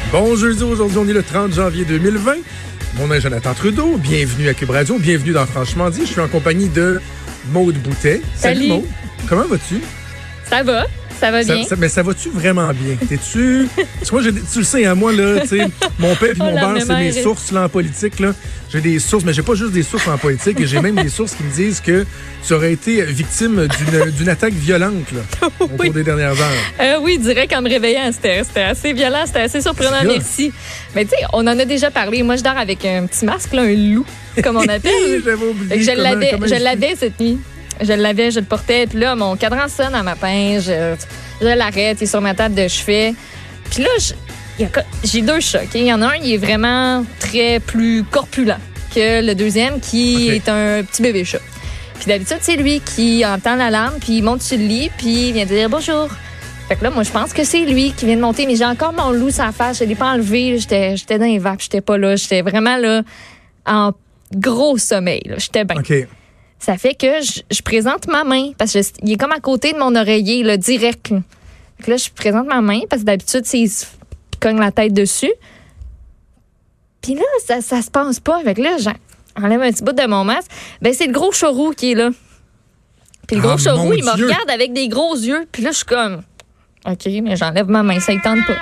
Bon jeudi, aujourd'hui, on est le 30 janvier 2020. Mon nom est Jonathan Trudeau. Bienvenue à Cube Radio. Bienvenue dans Franchement dit. Je suis en compagnie de Maude Boutet. Salut Maude. Comment vas-tu? Ça va bien. Mais ça va-tu vraiment bien? T'es-tu... Parce que moi, tu le sais, hein, moi, là, tu sais, mon père et mon beurre, c'est mes sources là, en politique, là. J'ai des sources, mais j'ai pas juste des sources en politique, j'ai même des sources qui me disent que tu aurais été victime d'une attaque violente, là, au cours des dernières heures. Oui, direct en me réveillant, c'était assez violent, c'était assez surprenant, merci. Mais tu sais, on en a déjà parlé. Moi, je dors avec un petit masque, là, un loup, comme on appelle. J'avais oublié. Je l'avais cette nuit. Je le portais. Puis là, mon cadran sonne à matin. Je l'arrête. Il est sur ma table de chevet. Puis là, j'ai deux chats. Okay? Il y en a un, il est vraiment très plus corpulent que le deuxième, qui est un petit bébé chat. Puis d'habitude, c'est lui qui entend l'alarme, puis il monte sur le lit, puis il vient dire bonjour. Fait que là, moi, je pense que c'est lui qui vient de monter. Mais j'ai encore mon loup sur la face. Je l'ai pas enlevé. J'étais dans les vapes. J'étais pas là. J'étais vraiment là en gros sommeil. Là. J'étais bien. OK. Ça fait que je présente ma main, parce qu'il est comme à côté de mon oreiller, là, direct. Là. Fait que là, je présente ma main, parce que d'habitude, il se cogne la tête dessus. Puis là, ça se passe pas. Fait que là, j'enlève un petit bout de mon masque. Ben, c'est le gros chorou qui est là. Puis le gros chorou, il me regarde avec des gros yeux. Puis là, je suis comme... OK, mais j'enlève ma main, ça ne tente pas.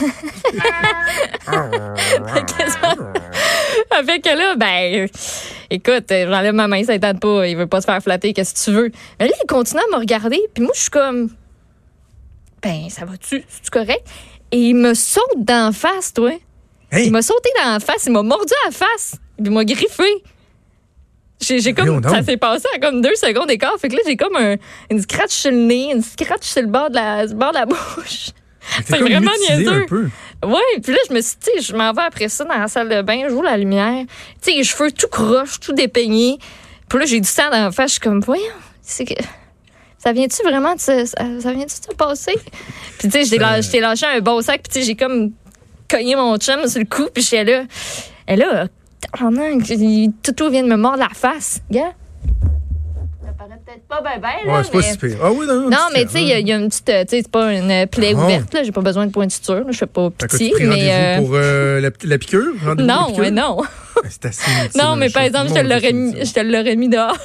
Fait que là, ben, écoute, j'enlève ma main, ça ne tente pas. Il veut pas se faire flatter, qu'est-ce que tu veux? Mais là, il continue à me regarder, puis moi, je suis comme, ben, ça va-tu? C'est-tu correct? Et il me saute d'en face, toi. Hey. Il m'a sauté d'en face, il m'a mordu à la face, puis il m'a griffé. J'ai comme, ça s'est passé à comme 2 secondes d'écart. Fait que là, j'ai comme une scratch sur le nez, une scratch sur le bord de la bouche. C'est vraiment niaiseux. Oui, puis là, je me suis dit, je m'en vais après ça dans la salle de bain, je vois la lumière. Tu sais, les cheveux tout croches, tout dépeignés. Puis là, j'ai du sang dans la face. Je suis comme, voyons, ça vient-tu vraiment de ça vient-tu de se passer? Puis tu sais, je t'ai lâché un beau sac, puis tu sais, j'ai comme cogné mon chum sur le cou, puis j'étais là. Et là, tout vient de me mordre la face. Gars. Ça paraît peut-être pas bien, là. Ouais, c'est pas si pire. Ah oui, non, mais tu sais, il y a une petite. Tu sais, c'est pas une plaie ouverte, là. J'ai pas besoin de point de suture, là. Je fais pas petit. Tu mais. Pour la piqûre? Non, mais non. C'est assez utile. Non, mais par exemple, je te l'aurais mis dehors.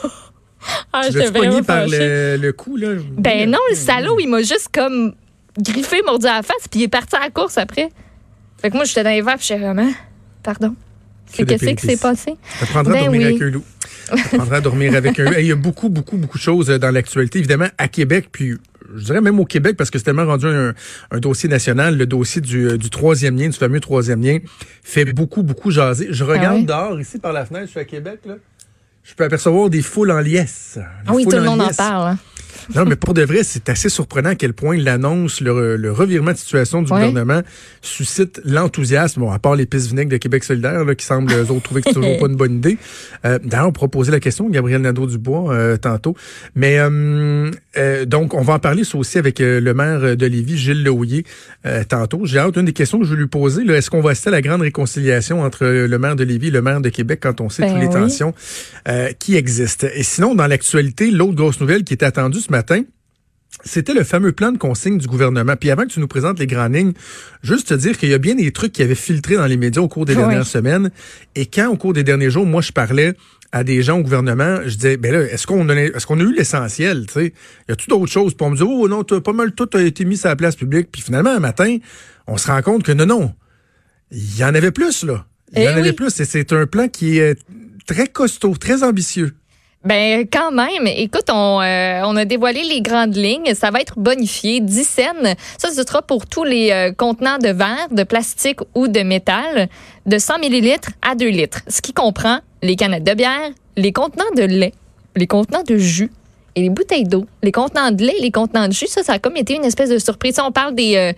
Tu l'as pogné par le cou, là? Ben non, le salaud, il m'a juste comme griffé, mordu à la face, puis il est parti à la course après. Fait que moi, j'étais dans les vapes, puis j'étais vraiment. Pardon. Qu'est-ce qui s'est passé? Ça prendra à dormir avec un loup. Ça prendra à dormir avec un loup. Il y a beaucoup de choses dans l'actualité. Évidemment, à Québec, puis je dirais même au Québec, parce que c'est tellement rendu un dossier national. Le dossier du troisième lien, du fameux troisième lien, fait beaucoup jaser. Je regarde dehors, ici, par la fenêtre, je suis à Québec, là. Je peux apercevoir des foules en liesse. Oui, tout le monde en parle. Hein. Non, mais pour de vrai, c'est assez surprenant à quel point l'annonce, le revirement de situation du gouvernement suscite l'enthousiasme. Bon, à part les pistes vinaigres de Québec solidaire, là, qui semblent, eux autres, trouver que c'est toujours pas une bonne idée. D'ailleurs, on pourra poser la question, Gabriel Nadeau-Dubois, tantôt. Mais donc, on va en parler ça aussi avec le maire de Lévis, Gilles Lehouillier, tantôt. J'ai hâte, une des questions que je vais lui poser, là, est-ce qu'on va assister à la grande réconciliation entre le maire de Lévis et le maire de Québec quand on sait toutes les tensions qui existent? Et sinon, dans l'actualité, l'autre grosse nouvelle qui était attendue ce matin, c'était le fameux plan de consigne du gouvernement. Puis avant que tu nous présentes les grandes lignes, juste te dire qu'il y a bien des trucs qui avaient filtré dans les médias au cours des dernières semaines. Et quand, au cours des derniers jours, moi, je parlais à des gens au gouvernement, je disais, ben là, est-ce qu'on a eu l'essentiel, tu sais? Y a-tu d'autres choses? Puis on me dit, oh non, pas mal tout a été mis sur la place publique. Puis finalement, un matin, on se rend compte que non. Il y en avait plus, là. Il y en avait plus. Et c'est un plan qui est très costaud, très ambitieux. Ben quand même. Écoute, on a dévoilé les grandes lignes. Ça va être bonifié. 10 cents. Ça, ce sera pour tous les contenants de verre, de plastique ou de métal de 100 millilitres à 2 litres. Ce qui comprend les canettes de bière, les contenants de lait, les contenants de jus et les bouteilles d'eau. Les contenants de lait, les contenants de jus, ça a comme été une espèce de surprise. On parle des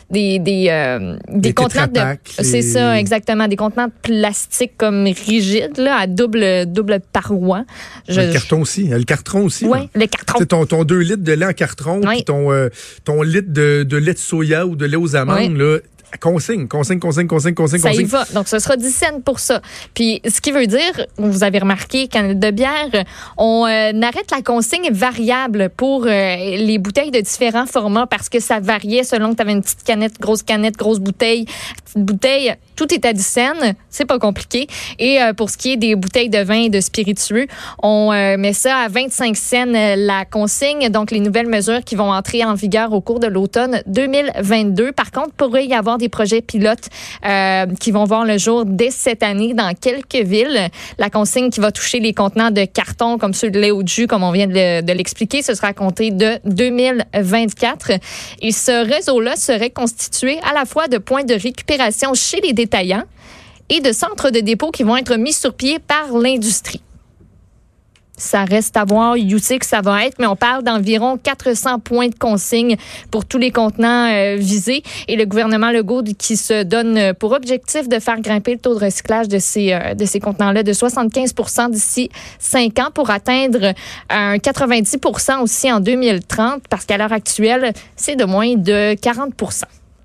contenants de... C'est ça, exactement. Des contenants de plastique comme rigides, là, à double paroi. Le carton aussi. Le carton aussi. Oui, le carton. Ton 2 litres de lait en carton, puis ton litre de lait de soya ou de lait aux amandes, là, consigne. Ça y va. Donc, ce sera 10 cents pour ça. Puis, ce qui veut dire, vous avez remarqué, canette de bière, on arrête la consigne variable pour les bouteilles de différents formats parce que ça variait selon que tu avais une petite canette, grosse bouteille. petites bouteilles, tout est à 10 cents. C'est pas compliqué. Et pour ce qui est des bouteilles de vin et de spiritueux, on met ça à 25 cents la consigne. Donc, les nouvelles mesures qui vont entrer en vigueur au cours de l'automne 2022. Par contre, pourrait y avoir des projets pilotes qui vont voir le jour dès cette année dans quelques villes. La consigne qui va toucher les contenants de carton comme ceux de lait ou de jus, comme on vient de l'expliquer, ce sera à compter de 2024. Et ce réseau-là serait constitué à la fois de points de récupération chez les détaillants et de centres de dépôt qui vont être mis sur pied par l'industrie. Ça reste à voir où c'est que ça va être, mais on parle d'environ 400 points de consigne pour tous les contenants visés. Et le gouvernement Legault qui se donne pour objectif de faire grimper le taux de recyclage de ces contenants-là de 75 % d'ici 5 ans pour atteindre un 90 % aussi en 2030, parce qu'à l'heure actuelle, c'est de moins de 40 %.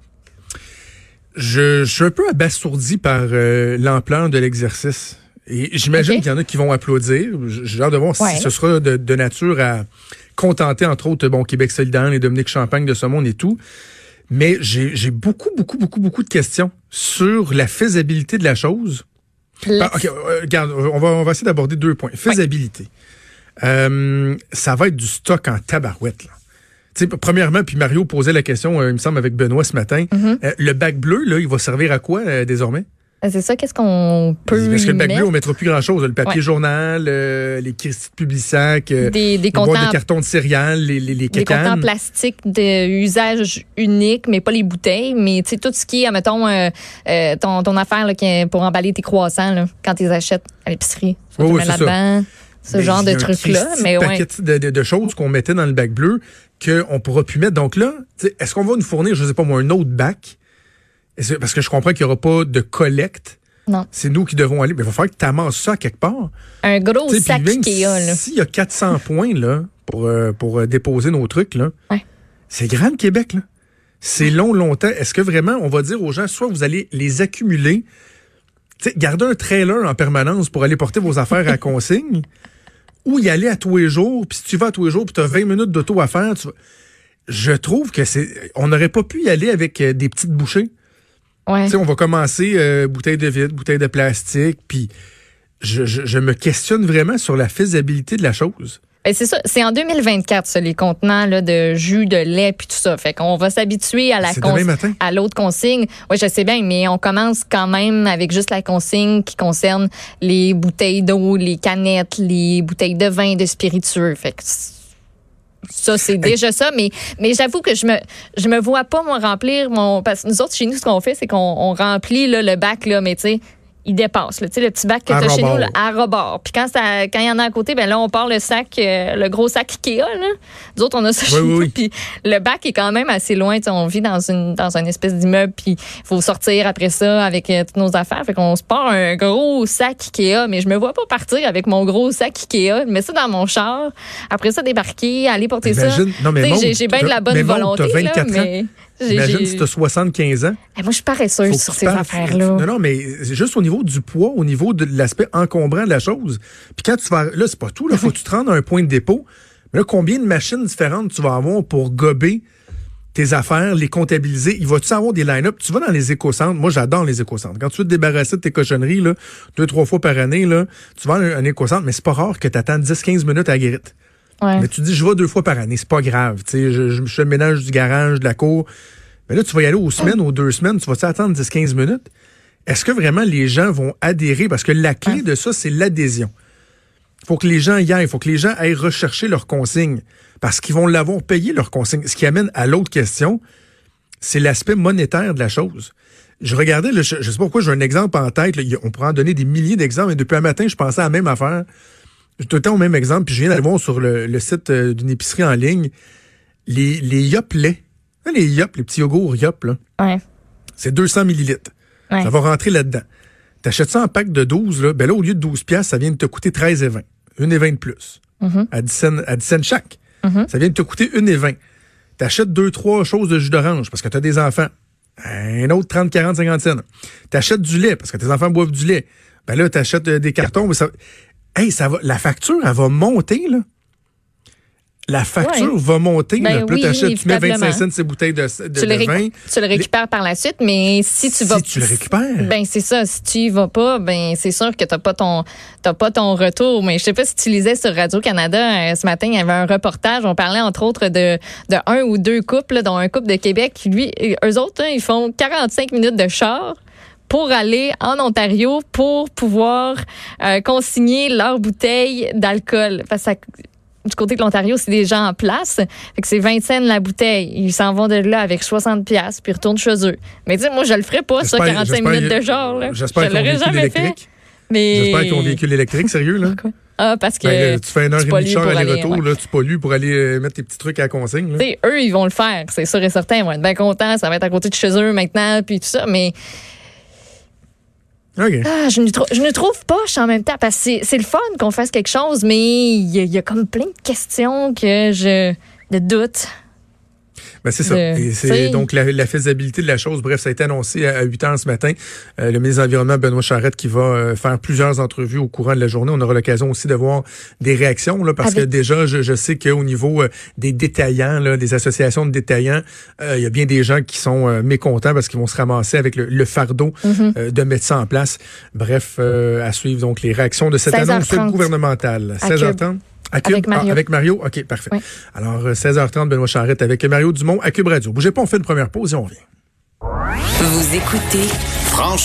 Je suis un peu abasourdi par l'ampleur de l'exercice. Et j'imagine qu'il y en a qui vont applaudir. J'ai hâte de voir si ce sera de nature à contenter, entre autres, Québec solidaire, les Dominique Champagne de ce monde et tout. Mais j'ai beaucoup de questions sur la faisabilité de la chose. Regarde, on va essayer d'aborder 2 points. Faisabilité. Ça va être du stock en tabarouette, là. T'sais, premièrement, puis Mario posait la question, il me semble, avec Benoît ce matin. Le bac bleu, là, il va servir à quoi désormais? C'est ça, qu'est-ce qu'on peut Parce que le bac mettre? bleu, on mettra plus grand-chose. Le papier journal, les Christy de Publisac, des boîtes de carton de céréales, les des cacanes. contenants plastiques d'usage unique, mais pas les bouteilles. Mais tu sais, tout ce qui est, mettons, ton affaire là, pour emballer tes croissants là, quand tu les achètes à l'épicerie. Tu mets là-dedans. Ce genre de trucs-là. Mais ouais. Paquet de choses qu'on mettait dans le bac bleu qu'on pourra plus mettre. Donc là, est-ce qu'on va nous fournir, je sais pas moi, un autre bac? Parce que je comprends qu'il n'y aura pas de collecte. Non. C'est nous qui devons aller. Mais il va falloir que tu amasses ça quelque part. Un gros sac Ikea, là. S'il y a 400 points, là, pour déposer nos trucs, là, c'est grand le Québec, là. C'est longtemps. Est-ce que vraiment, on va dire aux gens, soit vous allez les accumuler, garder un trailer en permanence pour aller porter vos affaires à consigne, ou y aller à tous les jours, puis si tu vas à tous les jours, puis tu as 20 minutes d'auto à faire, je trouve que on n'aurait pas pu y aller avec des petites bouchées. Ouais. On va commencer bouteille de vide, bouteille de plastique, puis je me questionne vraiment sur la faisabilité de la chose. Ben c'est ça, c'est en 2024 ça, les contenants là, de jus, de lait puis tout ça. Fait qu'on va s'habituer à à l'autre consigne. Oui, je sais bien, mais on commence quand même avec juste la consigne qui concerne les bouteilles d'eau, les canettes, les bouteilles de vin, de spiritueux. Fait que ça, c'est déjà ça, mais j'avoue que je me vois pas, moi, remplir parce que nous autres, chez nous, ce qu'on fait, c'est qu'on remplit là, le bac, là, mais tu sais, il dépasse. Là, le petit bac que tu as chez nous là, à rebord. Puis quand il y en a à côté, ben là, on part le gros sac Ikea. Là. Nous autres, on a ça chez nous. Puis le bac est quand même assez loin. On vit dans une espèce d'immeuble. Puis il faut sortir après ça avec toutes nos affaires. Fait qu'on se part un gros sac Ikea. Mais je me vois pas partir avec mon gros sac Ikea. Mettre ça dans mon char. Après ça, débarquer, aller porter ça. Non, mais j'ai bien de la bonne volonté. T'as 24 là, ans. Imagine si tu as 75 ans. Moi, je suis paresseuse sur ces affaires-là. Non, mais juste au niveau du poids, au niveau de l'aspect encombrant de la chose. Puis quand tu vas... Là, c'est pas tout. Là, faut que tu te rendes à un point de dépôt. Mais là, combien de machines différentes tu vas avoir pour gober tes affaires, les comptabiliser? Il va-tu avoir des line-up? Tu vas dans les éco-centres. Moi, j'adore les éco-centres. Quand tu veux te débarrasser de tes cochonneries, là, 2-3 fois par année, là, tu vas à un éco-centre, mais c'est pas rare que tu attends 10-15 minutes à la guérite. Ouais. Mais tu dis, je vais 2 fois par année, c'est pas grave. Tu sais, je fais le ménage du garage, de la cour. Mais là, tu vas y aller aux semaines, aux 2 semaines, tu vas attendre 10-15 minutes? Est-ce que vraiment les gens vont adhérer? Parce que la clé de ça, c'est l'adhésion. Il faut que les gens y aillent, il faut que les gens aillent rechercher leurs consignes. Parce qu'ils vont l'avoir payé, leurs consignes. Ce qui amène à l'autre question, c'est l'aspect monétaire de la chose. Je regardais, là, je sais pas pourquoi j'ai un exemple en tête, là, on pourrait en donner des milliers d'exemples, mais depuis un matin, je pensais à la même affaire. Tout le temps au même exemple, puis je viens d'aller voir sur le site d'une épicerie en ligne, les Yoplait. Les Yop, les petits yogourts Yop, là. Ouais. C'est 200 millilitres. Ouais. Ça va rentrer là-dedans. T'achètes ça en pack de 12, là, ben là, au lieu de 12 piastres, ça vient de te coûter 13,20. 1,20 de plus. À 10 cents chaque. Ça vient de te coûter 1,20. T'achètes 2-3 choses de jus d'orange parce que t'as des enfants. Un autre 30, 40, 50 cents. T'achètes du lait parce que tes enfants boivent du lait. Ben là, t'achètes des cartons. Mais ça va, la facture, elle va monter, là. la facture va monter. Ben Puis oui, là, tu mets 25 cents ces bouteilles de vin. Tu le récupères par la suite, mais si tu vas... Si tu le récupères. Ben c'est ça. Si tu y vas pas, ben c'est sûr que t'as pas ton retour. Mais je sais pas si tu lisais sur Radio-Canada ce matin, il y avait un reportage. On parlait entre autres de un ou deux couples, dont un couple de Québec. Lui, eux autres, ils font 45 minutes de char pour aller en Ontario pour pouvoir consigner leurs bouteilles d'alcool. Parce que du côté de l'Ontario, c'est des gens en place. Fait que c'est 20 cents la bouteille. Ils s'en vont de là avec 60$, puis ils retournent chez eux. Mais tu sais, moi, je le ferais pas, ça, 45 minutes de genre. Là. J'espère qu'ils ont véhicule électrique. Mais... J'espère qu'ils ont véhicule électrique, sérieux, là. Pourquoi? Ah, parce que tu fais 1h30 de char aller-retour, là, tu pollues pour aller mettre tes petits trucs à la consigne. Tu sais, eux, ils vont le faire, c'est sûr et certain. Ils vont être bien contents, ça va être à côté de chez eux maintenant, puis tout ça, mais... Okay. Ah, je ne trouve pas en même temps, parce que c'est le fun qu'on fasse quelque chose, mais il y a comme plein de questions de doute. Ben c'est ça. Et c'est donc la faisabilité de la chose. Bref, ça a été annoncé à 8h ce matin. Le ministre de l'Environnement, Benoît Charette, qui va faire plusieurs entrevues au courant de la journée. On aura l'occasion aussi de voir des réactions, là, parce que déjà, je sais qu'au niveau des détaillants, là, des associations de détaillants, il y a bien des gens qui sont mécontents parce qu'ils vont se ramasser avec le fardeau de mettre ça en place. Bref, à suivre donc les réactions de cette annonce gouvernementale. 16h30. Avec Mario. OK, parfait. Oui. Alors, 16h30, Benoît Charette avec Mario Dumont à Cube Radio. Bougez pas, on fait une première pause et on revient. Vous écoutez Franchement.